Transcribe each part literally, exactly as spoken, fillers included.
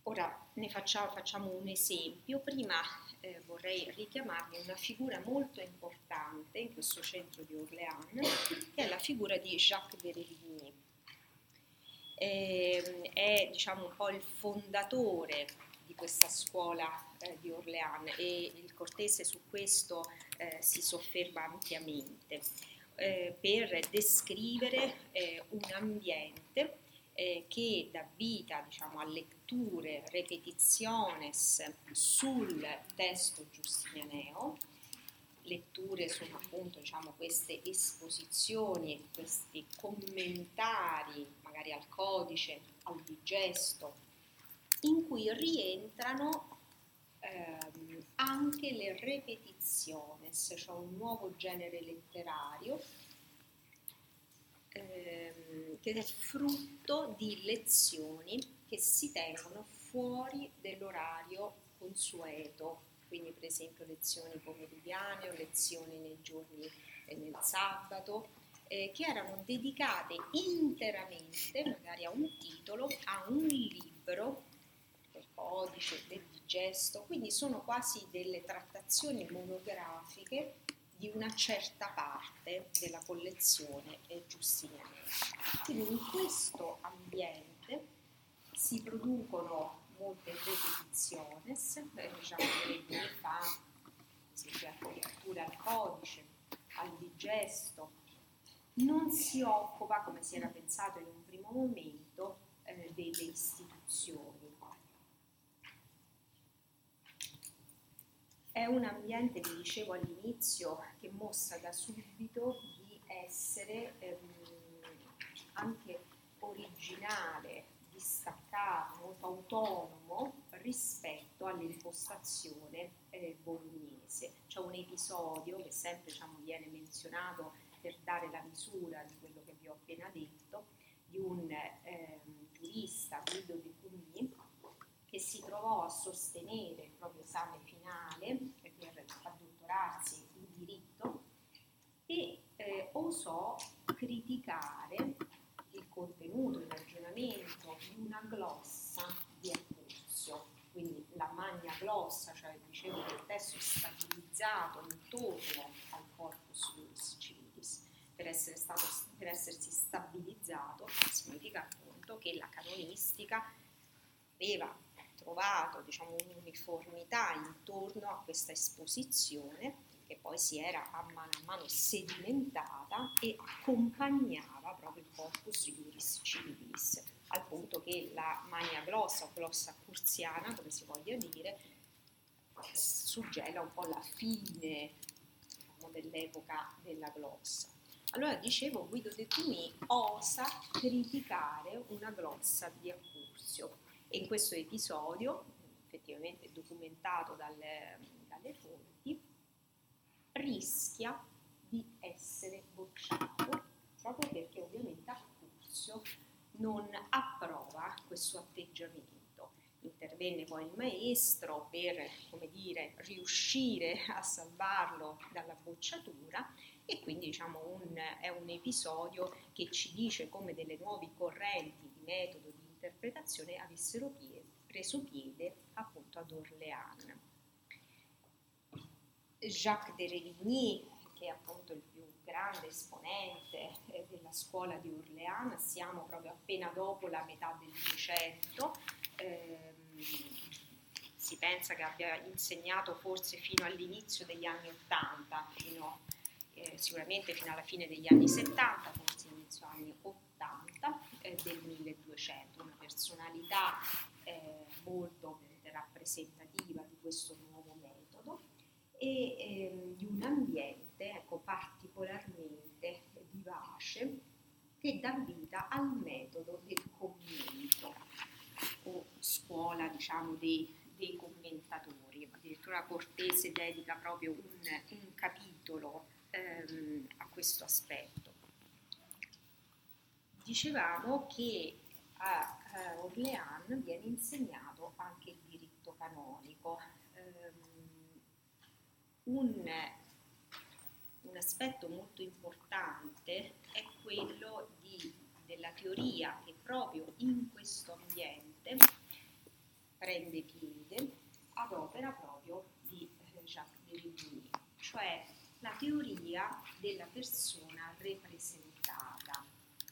Ora ne facciamo, facciamo un esempio. Prima eh, vorrei richiamarvi una figura molto importante in questo centro di Orléans, che è la figura di Jacques de Revigny. Eh, è diciamo un po' il fondatore di questa scuola eh, di Orléans e il Cortese su questo eh, si sofferma ampiamente eh, per descrivere eh, un ambiente eh, che dà vita diciamo, a letture repetitiones sul testo giustinianeo, letture sono appunto diciamo, queste esposizioni, questi commentari magari al codice, al digesto, in cui rientrano ehm, anche le repetitiones, cioè un nuovo genere letterario ehm, che è frutto di lezioni che si tengono fuori dell'orario consueto, quindi per esempio lezioni pomeridiane o lezioni nei giorni eh, nel sabato, eh, che erano dedicate interamente, magari a un titolo, a un libro del codice, del digesto, quindi sono quasi delle trattazioni monografiche di una certa parte della collezione giustiniana. Quindi in questo ambiente si producono molte repetitiones, eh, diciamo che ne fa, si lettura al codice, al digesto, non si occupa, come si era pensato in un primo momento, eh, delle istituzioni. È un ambiente, vi dicevo all'inizio, che mostra da subito di essere ehm, anche originale, distaccato, molto autonomo rispetto all'impostazione eh, bolognese. C'è un episodio che sempre diciamo, viene menzionato per dare la misura di quello che vi ho appena detto, di un ehm, giurista, Guido de Cumy, che si trovò a sostenere il proprio esame finale per addottorarsi in diritto e eh, osò criticare il contenuto, il ragionamento di una glossa di Accursio, quindi la magna glossa, cioè dicevo che il testo è stabilizzato intorno al corpus juris civilis. Per, essere stato, per essersi stabilizzato significa appunto che la canonistica aveva trovato diciamo, un'uniformità intorno a questa esposizione che poi si era a mano a mano sedimentata e accompagnava proprio il corpus juris civilis, al punto che la magna glossa o glossa accursiana, come si voglia dire, suggella un po' la fine diciamo, dell'epoca della glossa. Allora dicevo, Guido de Cumy osa criticare una glossa di Accursio e in questo episodio, effettivamente documentato dalle, dalle fonti, rischia di essere bocciato proprio perché ovviamente Accursio non approva questo atteggiamento. Intervenne poi il maestro per, come dire, riuscire a salvarlo dalla bocciatura e quindi diciamo un, è un episodio che ci dice come delle nuove correnti di metodo di interpretazione avessero piede, preso piede appunto ad Orléans. Jacques de Revigny, che è appunto il più grande esponente eh, della scuola di Orléans, siamo proprio appena dopo la metà del Duecento, ehm, si pensa che abbia insegnato forse fino all'inizio degli anni Ottanta, fino, eh, sicuramente fino alla fine degli anni Settanta, forse inizio anni Ottanta eh, del milleduecento, una personalità eh, molto rappresentativa di questo nuovo metodo e ehm, di un ambiente ecco, particolarmente vivace che dà vita al metodo del commento o scuola diciamo dei, dei commentatori. Addirittura Cortese dedica proprio un, un capitolo ehm, a questo aspetto. Dicevamo che a, a Orléans viene insegnato anche il diritto canonico. Ehm, Un, un aspetto molto importante è quello di, della teoria che proprio in questo ambiente prende piede ad opera proprio di Jacques Derrida, cioè la teoria della persona rappresentata,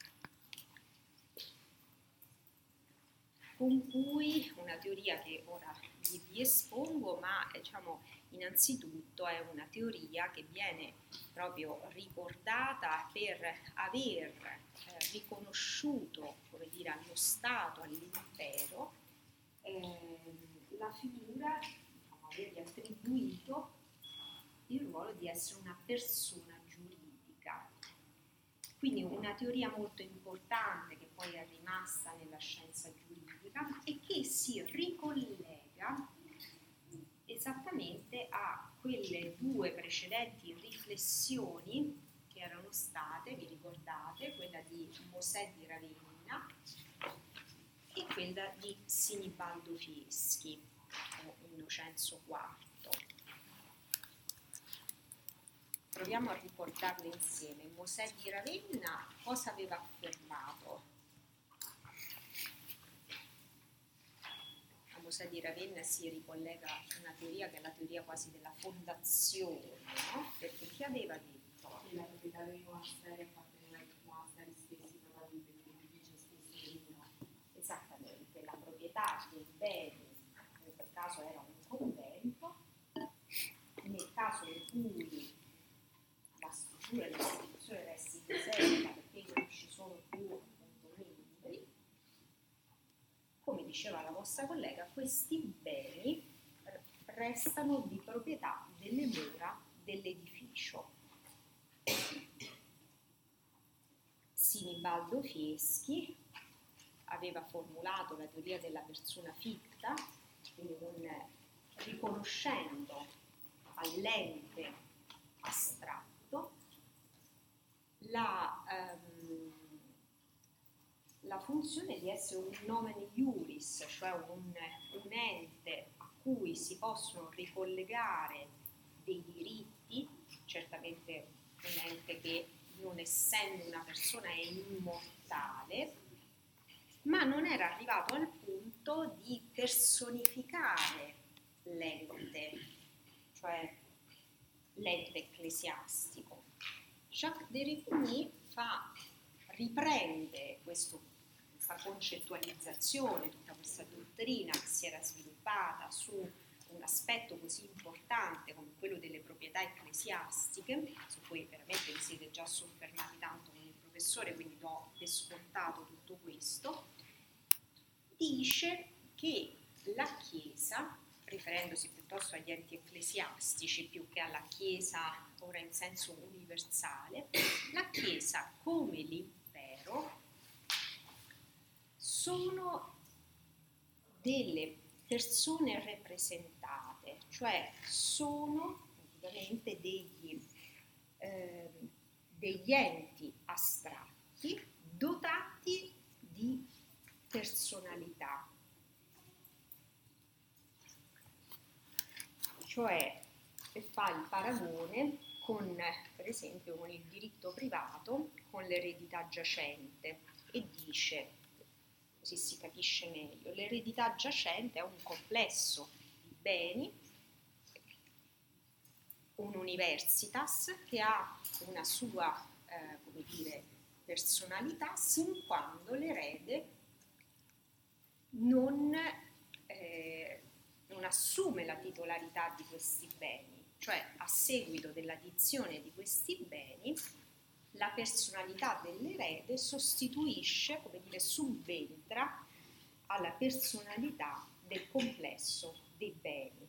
con cui una teoria che ora vi, vi espongo, ma diciamo innanzitutto è una teoria che viene proprio ricordata per aver eh, riconosciuto, come dire, allo Stato, all'impero, eh, la figura, diciamo, avergli attribuito il ruolo di essere una persona giuridica. Quindi una teoria molto importante che poi è rimasta nella scienza giuridica e che si ricollega esattamente a quelle due precedenti riflessioni che erano state, vi ricordate, quella di Mosè di Ravenna e quella di Sinibaldo Fieschi o Innocenzo quarto. Proviamo a ricordarle insieme. Mosè di Ravenna cosa aveva affermato? A Mosè di Ravenna si ricollega una teoria che è la teoria quasi della fondazione, no? Perché chi aveva detto? Che la proprietà dei monasteri apparteneva ai monasteri stessi, probabilmente l'edificio stesso no. Esattamente, la proprietà dei beni, in quel caso era un convento, nel caso in cui la struttura dell'istituzione resti deserta perché non ci sono più appunto membri, come diceva la vostra collega, questi beni restano di proprietà delle mura dell'edificio. Sinibaldo Fieschi aveva formulato la teoria della persona fitta, quindi non riconoscendo all'ente astratto la, ehm, la funzione di essere un nomen iuris, cioè un, un ente a cui si possono ricollegare dei diritti, certamente un ente che non essendo una persona è immortale, ma non era arrivato al punto di personificare l'ente, cioè l'ente ecclesiastico. Jacques Derrida fa, riprende questo, questa concettualizzazione, tutta questa dottrina che si era sviluppata su un aspetto così importante come quello delle proprietà ecclesiastiche, su cui veramente vi siete già soffermati tanto con il professore, quindi do per scontato tutto questo, dice che la Chiesa, riferendosi piuttosto agli enti ecclesiastici più che alla Chiesa ora in senso universale, la Chiesa come l'impero sono delle persone rappresentate, cioè sono praticamente degli, eh, degli enti astratti dotati di personalità, cioè fa il paragone con, per esempio, con il diritto privato, con l'eredità giacente e dice, così si capisce meglio, l'eredità giacente è un complesso di beni, un'universitas che ha una sua, eh, come dire, personalità sin quando l'erede non, eh, non assume la titolarità di questi beni, cioè a seguito dell'addizione di questi beni la personalità dell'erede sostituisce, come dire, subentra alla personalità del complesso dei beni.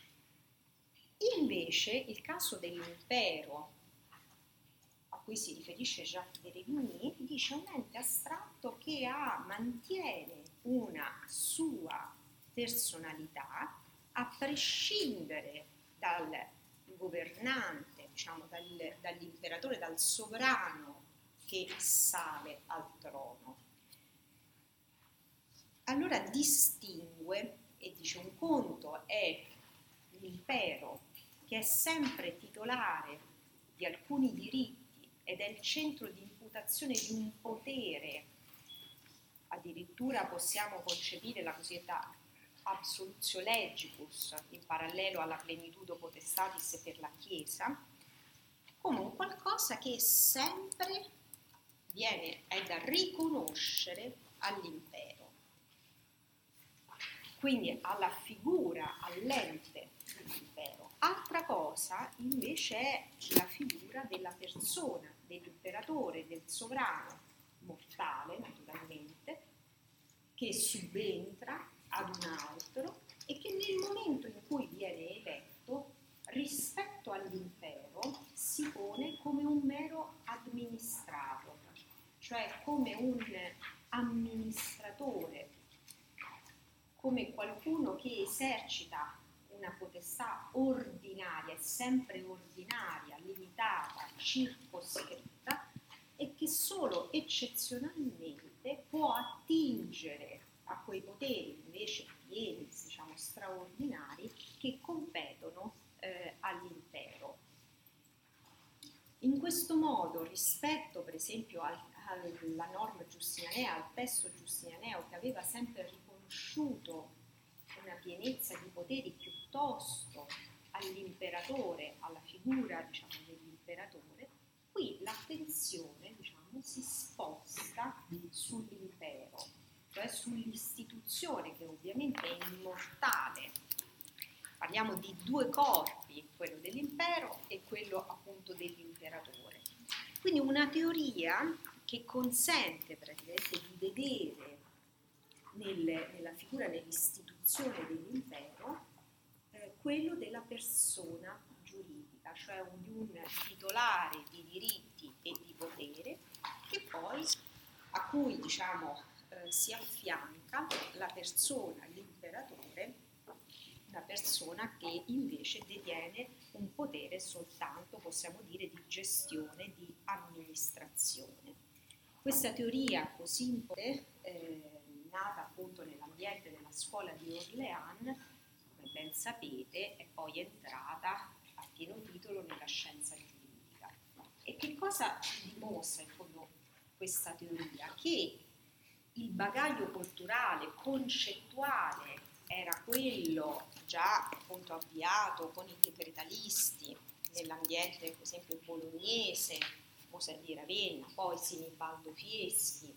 Invece il caso dell'impero a cui si riferisce Jacques Derrida dice un ente astratto che ha, mantiene una sua personalità a prescindere dal governante, diciamo dal, dall'imperatore, dal sovrano che sale al trono. Allora distingue e dice un conto è l'impero che è sempre titolare di alcuni diritti ed è il centro di imputazione di un potere, addirittura possiamo concepire la cosiddetta absolutio legibus in parallelo alla plenitudo potestatis per la Chiesa, come un qualcosa che sempre viene, è da riconoscere all'impero. Quindi alla figura, all'ente dell'impero. Altra cosa invece è la figura della persona, dell'imperatore, del sovrano mortale naturalmente, che subentra ad un altro e che nel momento in cui viene eletto rispetto all'impero si pone come un mero amministrato, cioè come un amministratore, come qualcuno che esercita una potestà ordinaria, è sempre ordinaria, limitata, circoscritta e che solo eccezionalmente può attingere a quei poteri invece pieni, diciamo straordinari, che competono eh, all'impero. In questo modo, rispetto per esempio al, alla norma giustinianea, al testo giustinianeo che aveva sempre riconosciuto una pienezza di poteri piuttosto all'imperatore, alla figura diciamo, dell'imperatore, qui l'attenzione diciamo, si sposta sull'impero, cioè sull'istituzione che ovviamente è immortale. Parliamo di due corpi, quello dell'impero e quello appunto dell'imperatore. Quindi una teoria che consente praticamente di vedere nel, nella figura, nell'istituzione dell'impero, eh, quello della persona giuridica, cioè un, di un titolare di diritti e di potere che poi a cui diciamo eh, si affianca la persona, l'imperatore, una persona che invece detiene un potere soltanto, possiamo dire, di gestione, di amministrazione. Questa teoria così importante, eh, nata appunto nell'ambiente della scuola di Orléans, come ben sapete, è poi entrata a pieno titolo nella scienza giuridica. E che cosa dimostra in fondo questa teoria? Che il bagaglio culturale, concettuale, era quello già appunto avviato con i decretalisti nell'ambiente per esempio bolognese, Mosè di Ravenna, poi Sinibaldo Fieschi,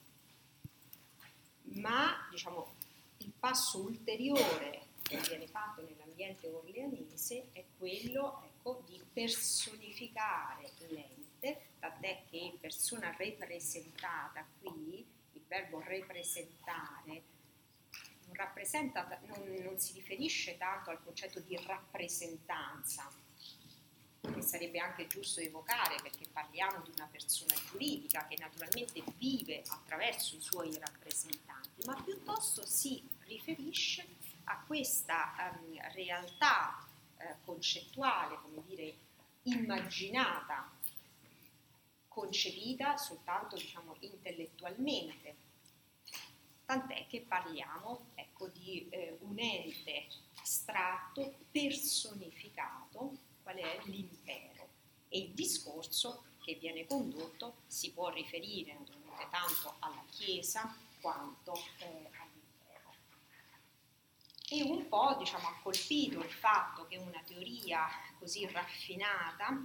ma diciamo il passo ulteriore che viene fatto nell'ambiente orleanese è quello ecco, di personificare l'ente, tant'è che persona rappresentata qui, il verbo rappresentare non rappresenta, non, non si riferisce tanto al concetto di rappresentanza, che sarebbe anche giusto evocare perché parliamo di una persona giuridica che naturalmente vive attraverso i suoi rappresentanti, ma piuttosto si riferisce a questa um, realtà eh, concettuale, come dire, immaginata, concepita soltanto diciamo intellettualmente. Tant'è che parliamo ecco, di eh, un ente astratto, personificato, quale è l'impero. E il discorso che viene condotto si può riferire naturalmente tanto alla Chiesa quanto eh, all'impero. E un po' diciamo, ha colpito il fatto che una teoria così raffinata,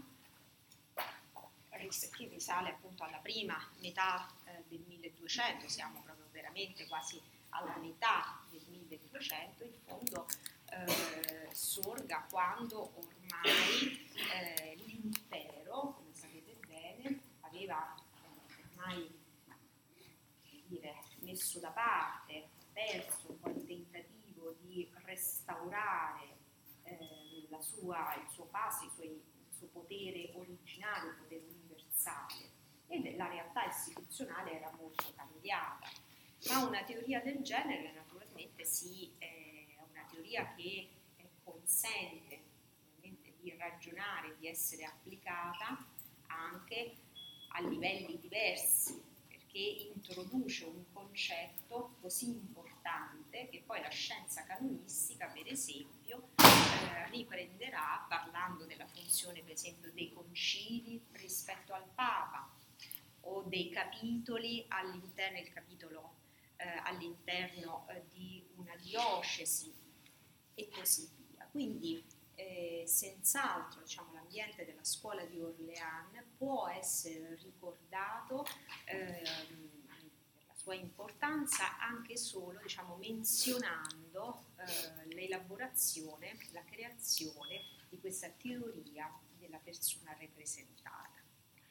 che risale appunto alla prima metà eh, del milleduecento, siamo proprio veramente quasi alla metà del milleduecento, in fondo eh, sorga quando ormai eh, l'impero, come sapete bene, aveva eh, ormai dire, messo da parte, perso un po' il tentativo di restaurare eh, la sua, il suo passo, i suoi, il suo potere originale, il potere universale, e la realtà istituzionale era molto cambiata. Ma una teoria del genere naturalmente sì, è una teoria che consente di ragionare, di essere applicata anche a livelli diversi, perché introduce un concetto così importante che poi la scienza canonistica, per esempio, eh, riprenderà parlando della funzione, per esempio, dei concili rispetto al Papa o dei capitoli all'interno, il capitolo eh, all'interno eh, di una diocesi e così via. Quindi eh, senz'altro diciamo, l'ambiente della scuola di Orléans può essere ricordato ehm, per la sua importanza anche solo diciamo, menzionando eh, l'elaborazione, la creazione di questa teoria della persona rappresentata.